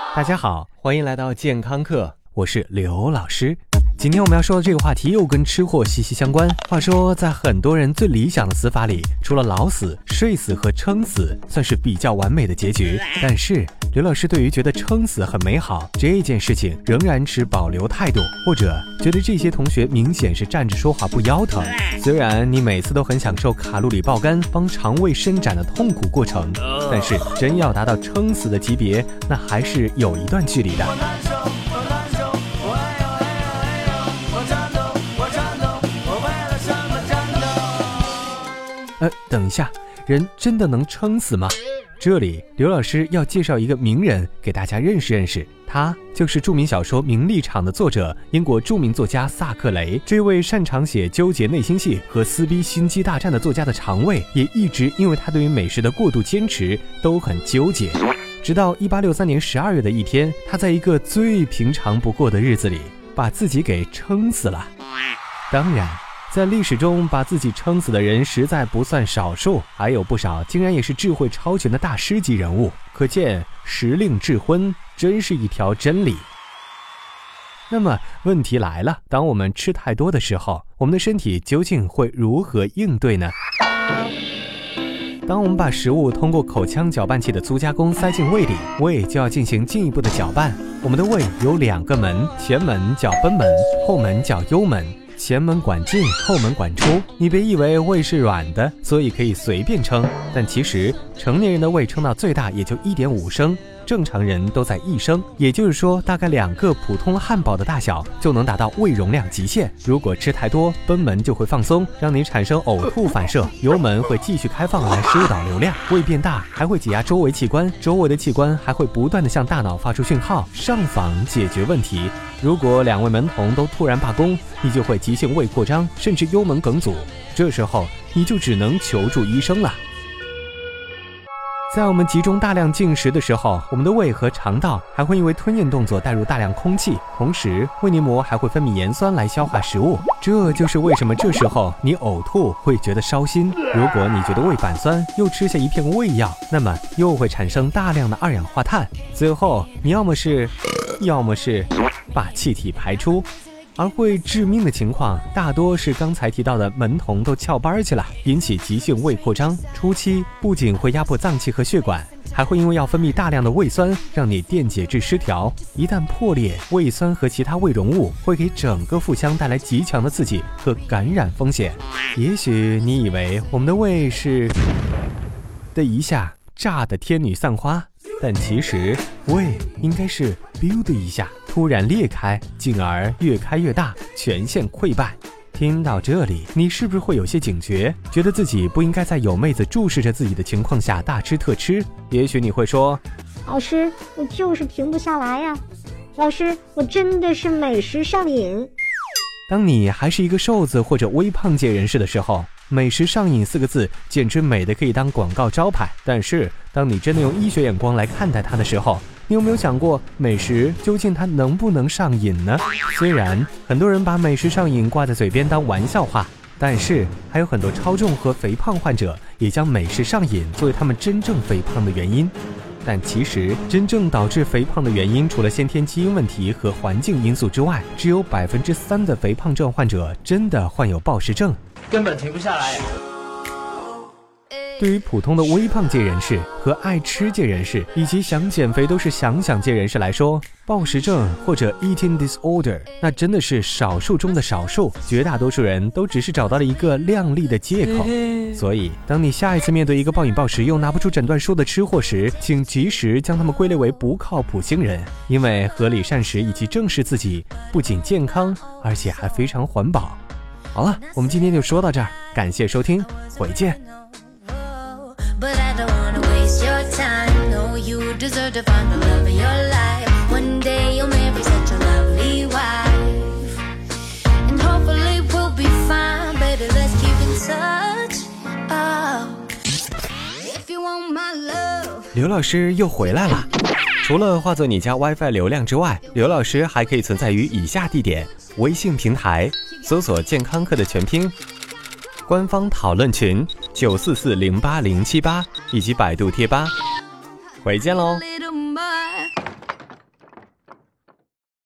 大家好，欢迎来到健康课，我是刘老师。今天我们要说的这个话题又跟吃货息息相关。话说在很多人最理想的死法里，除了老死、睡死和撑死算是比较完美的结局，但是刘老师对于觉得撑死很美好这件事情仍然持保留态度，或者觉得这些同学明显是站着说话不腰疼。虽然你每次都很享受卡路里爆肝帮肠胃伸展的痛苦过程，但是真要达到撑死的级别，那还是有一段距离的。等一下，人真的能撑死吗？这里刘老师要介绍一个名人给大家认识认识，他就是著名小说《名利场》的作者，英国著名作家萨克雷。这位擅长写纠结内心戏和撕逼心机大战的作家的肠胃，也一直因为他对于美食的过度坚持都很纠结。直到1863年12月的一天，他在一个最平常不过的日子里，把自己给撑死了。当然在历史中把自己撑死的人实在不算少数，还有不少竟然也是智慧超群的大师级人物，可见时令智昏真是一条真理。那么问题来了，当我们吃太多的时候，我们的身体究竟会如何应对呢？当我们把食物通过口腔搅拌器的粗加工塞进胃里，胃就要进行进一步的搅拌。我们的胃有2个门，前门叫贲门，后门叫幽门。前门管进，后门管出。你别以为胃是软的，所以可以随便撑，但其实成年人的胃撑到最大也就1.5升，正常人都在1升，也就是说大概2个普通汉堡的大小就能达到胃容量极限。如果吃太多，贲门就会放松，让你产生呕吐反射，幽门会继续开放来疏导流量，胃变大还会挤压周围器官，周围的器官还会不断的向大脑发出讯号，上访解决问题。如果2位门童都突然罢工，你就会急性胃扩张，甚至幽门梗阻，这时候你就只能求助医生了。在我们集中大量进食的时候，我们的胃和肠道还会因为吞咽动作带入大量空气，同时胃黏膜还会分泌盐酸来消化食物，这就是为什么这时候你呕吐会觉得烧心。如果你觉得胃反酸，又吃下一片胃药，那么又会产生大量的二氧化碳，最后你要么是把气体排出。而会致命的情况大多是刚才提到的门童都翘班去了，引起急性胃扩张。初期不仅会压迫脏器和血管，还会因为要分泌大量的胃酸，让你电解质失调。一旦破裂，胃酸和其他胃溶物会给整个腹腔带来极强的刺激和感染风险。也许你以为我们的胃是的一下炸得天女散花，但其实胃应该是 biu 的一下突然裂开，进而越开越大，全线溃败。听到这里，你是不是会有些警觉，觉得自己不应该在有妹子注视着自己的情况下大吃特吃？也许你会说， 老师，我就是停不下来呀。老师，我真的是美食上瘾。 当你还是一个瘦子或者微胖界人士的时候，美食上瘾4个字简直美的可以当广告招牌。但是当你真的用医学眼光来看待它的时候，你有没有想过美食究竟它能不能上瘾呢？虽然很多人把美食上瘾挂在嘴边当玩笑话，但是还有很多超重和肥胖患者也将美食上瘾作为他们真正肥胖的原因。但其实真正导致肥胖的原因，除了先天基因问题和环境因素之外，只有3%的肥胖症患者真的患有暴食症， 根本停不下来。 对于普通的微胖界人士和爱吃界人士，以及想减肥都是想界人士来说，暴食症或者 eating disorder 那真的是少数中的少数，绝大多数人都只是找到了一个靓丽的借口。所以当你下一次面对一个暴饮暴食又拿不出诊断书的吃货时，请及时将他们归类为不靠谱星人，因为合理膳食以及正视自己不仅健康，而且还非常环保。好了，我们今天就说到这儿，感谢收听，回见。 But I don't wanna waste your time. No, you deserve to find the love of your life. One day you'll marry such a lovely wife, and hopefully we'll be fine. Baby, let's keep in touch. Oh, if you want my love. 刘老师又回来了。除了化作你家 WiFi 流量之外，刘老师还可以存在于以下地点：微信平台搜索健康课的全拼，官方讨论群944080878以及百度贴吧。回见喽。